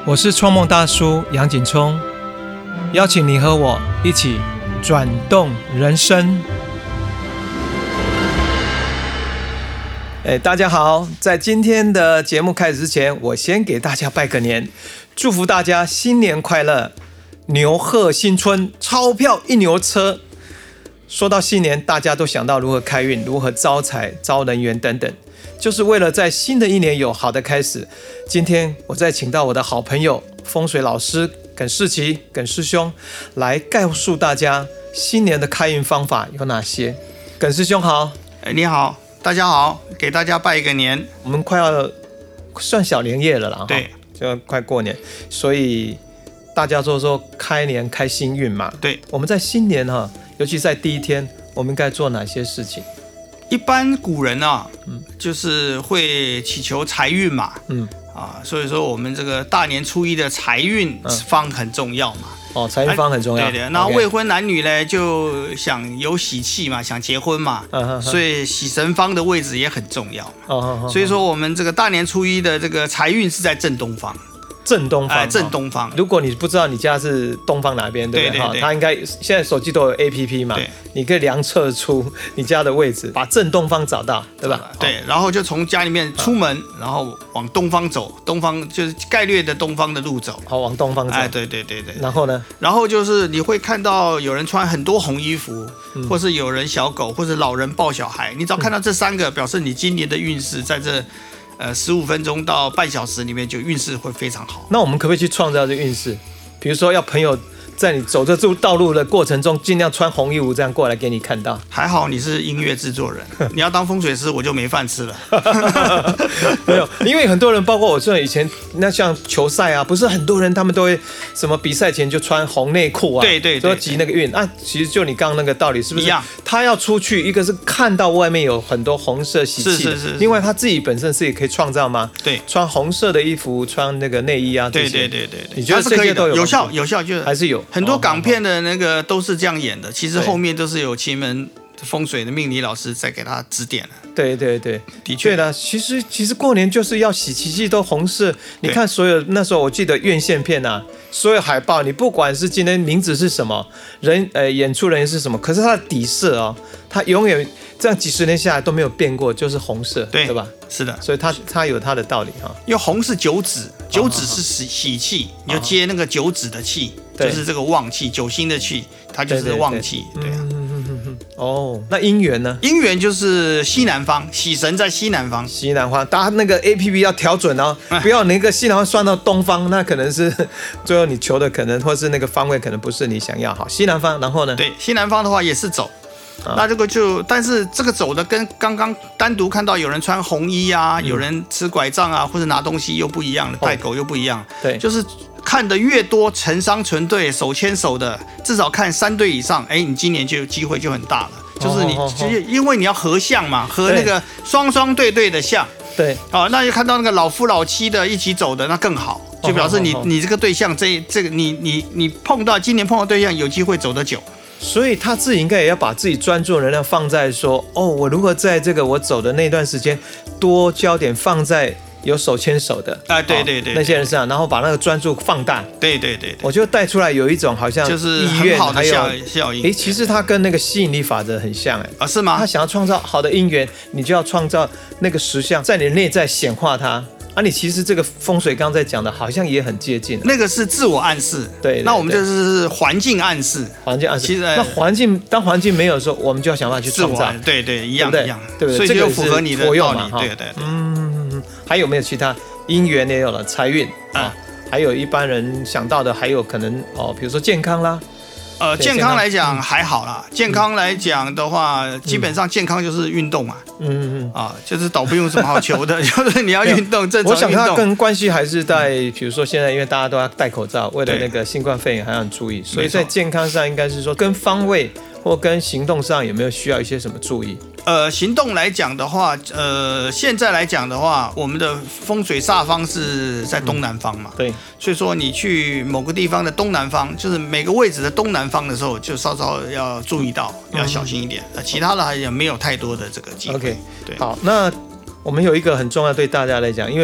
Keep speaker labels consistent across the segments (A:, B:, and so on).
A: 我是创梦大叔杨景聪，邀请你和我一起转动人生。大家好，在今天的节目开始之前，我先给大家拜个年，祝福大家新年快乐，牛贺新春，钞票一牛车。说到新年，大家都想到如何开运，如何招财、招人缘等等，就是为了在新的一年有好的开始。今天我再请到我的好朋友风水老师耿世奇耿师兄来告诉大家新年的开运方法有哪些。耿师兄好。
B: 你好，大家好，给大家拜一个年。
A: 我们快要算小年夜了啦，
B: 对，
A: 就快过年，所以大家都说开年开新运嘛。
B: 对，
A: 我们在新年尤其在第一天，我们该做哪些事情？
B: 一般古人就是会祈求财运嘛，所以说我们这个大年初一的财运方很重要嘛。
A: 财运方很重要。
B: 对，然后未婚男女呢就想有喜气嘛，想结婚嘛，所以喜神方的位置也很重要。所以说我们这个大年初一的这个财运是在正东方。
A: 正东方，
B: 正东方。
A: 如果你不知道你家是东方哪边，对不对？它应该现在手机都有 APP 嘛，你可以量测出你家的位置，把正东方找到，对吧？
B: 对，然后就从家里面出门，然后往东方走，东方就是概略的东方的路走，
A: 好，往东方走。
B: 对。
A: 然后呢？
B: 然后就是你会看到有人穿很多红衣服，或是有人小狗，或是老人抱小孩。你只要看到这三个，表示你今年的运势在这15分钟到半小时里面就运势会非常好。
A: 那我们可不可以去创造这运势？比如说要朋友在你走这道路的过程中，尽量穿红衣服这样过来给你看到。还
B: 好你是音乐制作人，你要当风水师我就没饭吃了。
A: 没有，因为很多人，包括我这以前那像球赛啊，不是很多人他们都会什么比赛前就穿红内裤啊，
B: 对，
A: 都要集那个运啊。其实就你刚刚那个道理，是不是
B: 一样？
A: 他要出去，一个是看到外面有很多红色喜气，
B: 是。
A: 另外他自己本身是也可以创造吗？
B: 对，
A: 穿红色的衣服，穿那个内衣啊，这些。
B: 对。
A: 你觉得这些都有
B: 有效，就
A: 还是有
B: 很多港片的那个都是这样演的，其实后面都是有奇门风水的命理老师在给他指点了。
A: 对，的确的。其实过年就是要喜气都红色。你看所有那时候我记得院线片啊，所有海报，你不管是今天名字是什么，演出人员是什么，可是它的底色它永远这样几十年下来都没有变过，就是红色，对吧？
B: 是的，
A: 所以它有它的道理
B: 因为红是九紫，九紫是喜气，你就接那个九紫的气，就是这个旺气，九星的气，它就是旺气，对啊。
A: 那姻缘呢？
B: 姻缘就是西南方，喜神在西南方。
A: 西南方，大家那个 APP 要调准不要那个西南方算到东方，那可能是最后你求的可能或是那个方位可能不是你想要。好，西南方，然后呢？
B: 对，西南方的话也是走。那这个但是这个走的跟刚刚单独看到有人穿红衣啊，有人持拐杖啊，或者拿东西又不一样的，带狗又不一样。
A: 对，
B: 就是看的越多，成双成对，手牵手的，至少看3对以上，你今年就机会就很大了。就是你，因为你要合相嘛，合那个双双对对的相。对，那就看到那个老夫老妻的一起走的，那更好，就表示你这个对象，这个你今年碰到对象有机会走得久。
A: 所以他自己应该也要把自己专注能量放在说，我如何在这个我走的那段时间，多焦点放在有手牵手的
B: 对
A: 那些人身上，然后把那个专注放大。
B: 对，
A: 我就带出来有一种好像
B: 就是很好的效应。
A: 其实它跟那个吸引力法则很像
B: 是吗？
A: 他想要创造好的姻缘，你就要创造那个实相在你的内在显化它。你其实这个风水刚才讲的好像也很接近，
B: 那个是自我暗示。对，那我们就是环境暗示。其实
A: 那当环境没有的时候，我们就要想办法去创造。
B: 对，一样，对不对？
A: 所以
B: 这个符合你的道理。对。
A: 还有没有其他姻缘也有了，财运还有一般人想到的，还有可能比如说健康啦。
B: 健康来讲还好啦。健康来讲的话，基本上健康就是运动嘛。就是倒不用什么好求的，就是你要运动，正常运动。
A: 我想它跟关系还是在，比如说现在因为大家都要戴口罩，为了那个新冠肺炎还要很注意，所以在健康上应该是说跟方位或跟行动上有没有需要一些什么注意？
B: 行动来讲的话，现在来讲的话，我们的风水煞方是在东南方嘛，
A: 对，
B: 所以说你去某个地方的东南方，就是每个位置的东南方的时候，就稍稍要注意到，要小心一点。其他的还没有太多的这个机会。
A: OK， 对，好，那我们有一个很重要对大家来讲，因为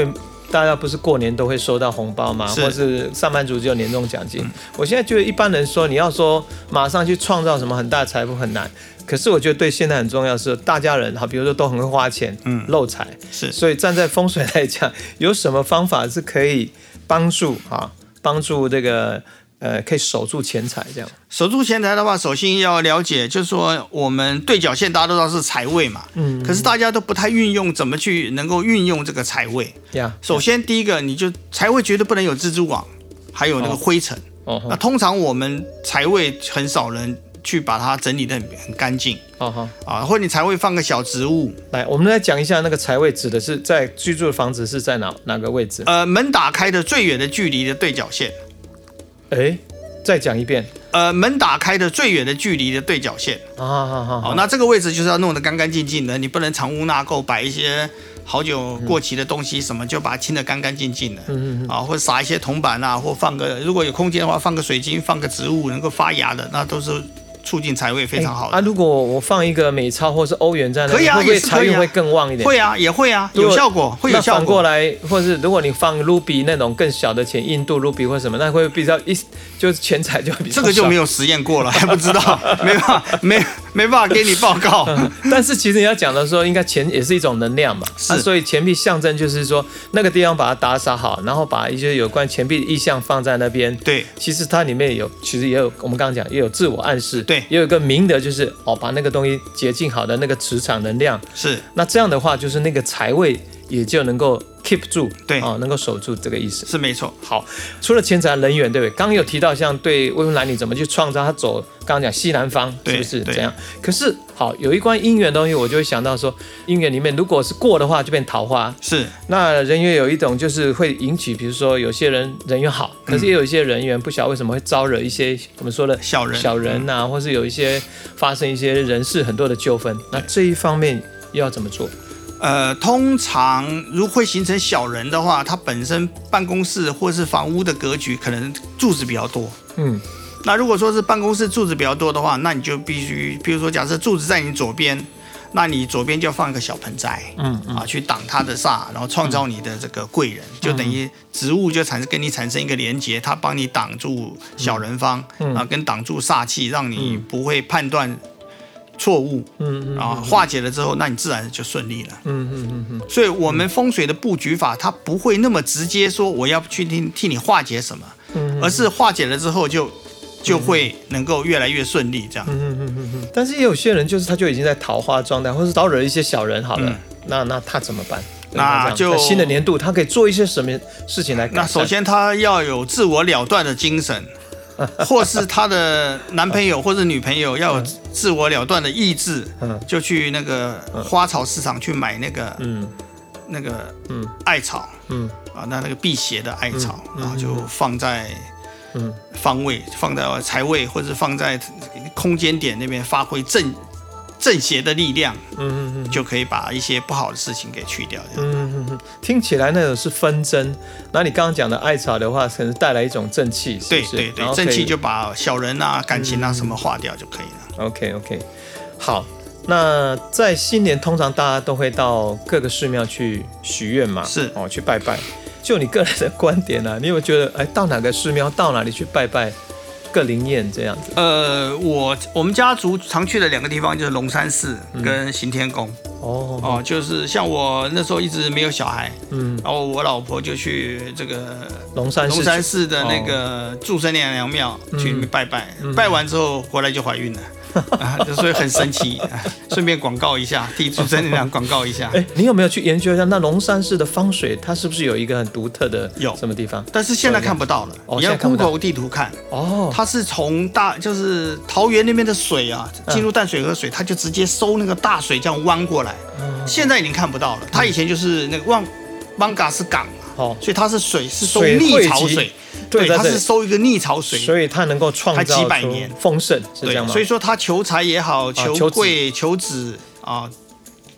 A: 大家不是过年都会收到红包吗？或是上班族就有年终奖金。我现在觉得一般人说你要说马上去创造什么很大的财富很难，可是我觉得对现在很重要的是大家人比如说都很会花钱，漏财，所以站在风水来讲，有什么方法是可以帮助这个可以守住钱财？这样
B: 守住钱财的话，首先要了解，就是说我们对角线大家都知道是财位嘛，可是大家都不太运用怎么去能够运用这个财位。首先第一个，你就财位绝对不能有蜘蛛网，还有那个灰尘。那通常我们财位很少人去把它整理得很干净，或者你财位放个小植物。
A: 来，我们来讲一下那个财位指的是在居住的房子是在哪个位置？
B: 门打开的最远的距离的对角线。
A: 再讲一遍。
B: 门打开的最远的距离的对角线。那这个位置就是要弄得干干净净的，你不能藏污纳垢，摆一些好久过期的东西什么，就把它清得干干净净的。或者撒一些铜板啊，或放个如果有空间的话，放个水晶，放个植物能够发芽的，那都是促进财位非常好的。
A: 如果我放一个美钞或是欧元在那，
B: 可以啊，
A: 会不会财运会更旺一点？
B: 会啊，也会啊，有效果，会有效果。
A: 反过来，或是如果你放卢比那种更小的钱，印度卢比或什么，那会比较就是钱财就比较少。
B: 这个就没有实验过了，还不知道，没办法给你报告。
A: 但是其实你要讲的说，应该钱也是一种能量嘛，所以钱币象征就是说那个地方把它打扫好，然后把一些有关钱币的意象放在那边。
B: 对，
A: 其实它里面其实也有我们刚刚讲也有自我暗示，
B: 对，
A: 也有一个明的，就是把那个东西洁净好的那个磁场能量。
B: 是，
A: 那这样的话，就是那个财位也就能够 keep 住，
B: 对，
A: 能够守住这个意思。
B: 是没错。
A: 好，除了钱财人缘，对不对？刚刚有提到像对未婚男女怎么去创造，他走刚刚讲西南方，是不是这样？可是好，有一关姻缘的东西，我就会想到说，姻缘里面如果是过的话，就变桃花。
B: 是，
A: 那人缘有一种就是会引起，比如说有些人人缘好，可是也有一些人缘不晓得为什么会招惹一些我们说的小人啊，或是有一些发生一些人事很多的纠纷。那这一方面又要怎么做？
B: 通常如果会形成小人的话，它本身办公室或是房屋的格局可能柱子比较多。那如果说是办公室柱子比较多的话，那你就必须，比如说假设柱子在你左边，那你左边就要放一个小盆栽，去挡它的煞，然后创造你的这个贵人，就等于植物就跟你产生一个连结，它帮你挡住小人方，跟挡住煞气，让你不会判断错误，化解了之后，那你自然就顺利了。所以我们风水的布局法，它不会那么直接说我要去替你化解什么，而是化解了之后就会能够越来越顺利这样。
A: 但是也有些人就是他就已经在桃花状态，或是招惹一些小人好了，那他怎么办？
B: 那就
A: 新的年度他可以做一些什么事情来改善？
B: 那首先他要有自我了断的精神。或是他的男朋友或者女朋友要有自我了断的意志，就去那个花草市场去买那个艾草，那个辟邪的艾草，然后就放在方位，放在财位，或者放在空间点那边发挥正邪的力量，就可以把一些不好的事情给去掉。
A: 听起来那种是纷争，那你刚刚讲的艾草的话，可能带来一种正气，是不是？
B: 对，正气就把小人啊、感情啊什么化掉就可以了。
A: OK， 好。那在新年，通常大家都会到各个寺庙去许愿嘛，
B: 是
A: 去拜拜。就你个人的观点啊，你有没有觉得，到哪个寺庙，到哪里去拜拜？更灵验这样子。
B: 我们家族常去的2个地方就是龙山寺跟行天宫。就是像我那时候一直没有小孩，然后我老婆就去这个龙山寺的那个祝生娘娘庙去拜拜，拜完之后回来就怀孕了。所以很神奇，顺便广告一下，替祝生娘娘广告一下。
A: 你有没有去研究一下那龙山寺的风水？它是不是有一个很独特的什么地方？
B: 但是现在看不到了，你要 Google 地图看。它是从就是桃园那边的水啊，进入淡水河水，它就直接收那个大水这样弯过来。现在已经看不到了，它以前就是那个旺嘎是港嘛，所以它是水是收逆潮水。对，它是收一个逆潮水，
A: 所以它能够创造
B: 几百年
A: 丰盛，是这样吗？
B: 所以说它求财也好，求贵、求子啊，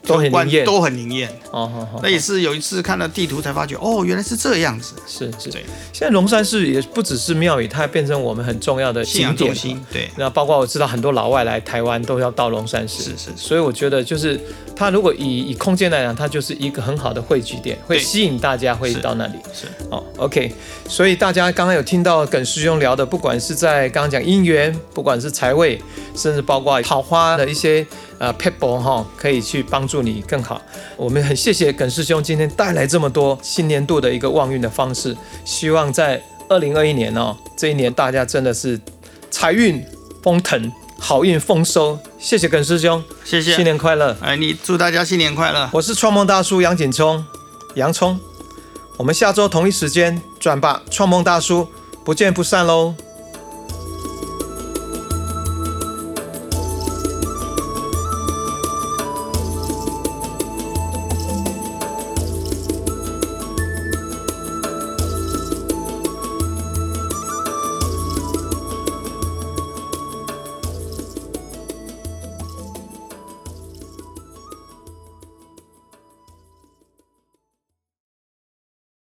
A: 都很灵验，
B: 都很灵验。
A: 哦，
B: 那也是有一次看了地图才发觉，哦，原来是这样子。
A: 是。
B: 对，
A: 现在龙山寺也不只是庙宇，它变成我们很重要的
B: 信仰
A: 景点
B: 中心。对，
A: 那包括我知道很多老外来台湾都要到龙山寺，
B: 是。
A: 所以我觉得就是它如果以空间来讲，它就是一个很好的汇聚点，会吸引大家会到那里。
B: 是
A: OK， 所以大家刚刚有听到耿师兄聊的，不管是在刚刚讲姻缘，不管是财位，甚至包括桃花的一些pebble 哈，可以去帮助你更好。我们很谢谢耿师兄今天带来这么多新年度的一个旺运的方式，希望在2021年这一年大家真的是财运丰腾，好运丰收。谢谢耿师兄，
B: 谢谢，
A: 新年快乐！
B: 你祝大家新年快乐！
A: 我是创梦大叔杨景聪，洋葱。我们下周同一时间转吧，创梦大叔，不见不散喽！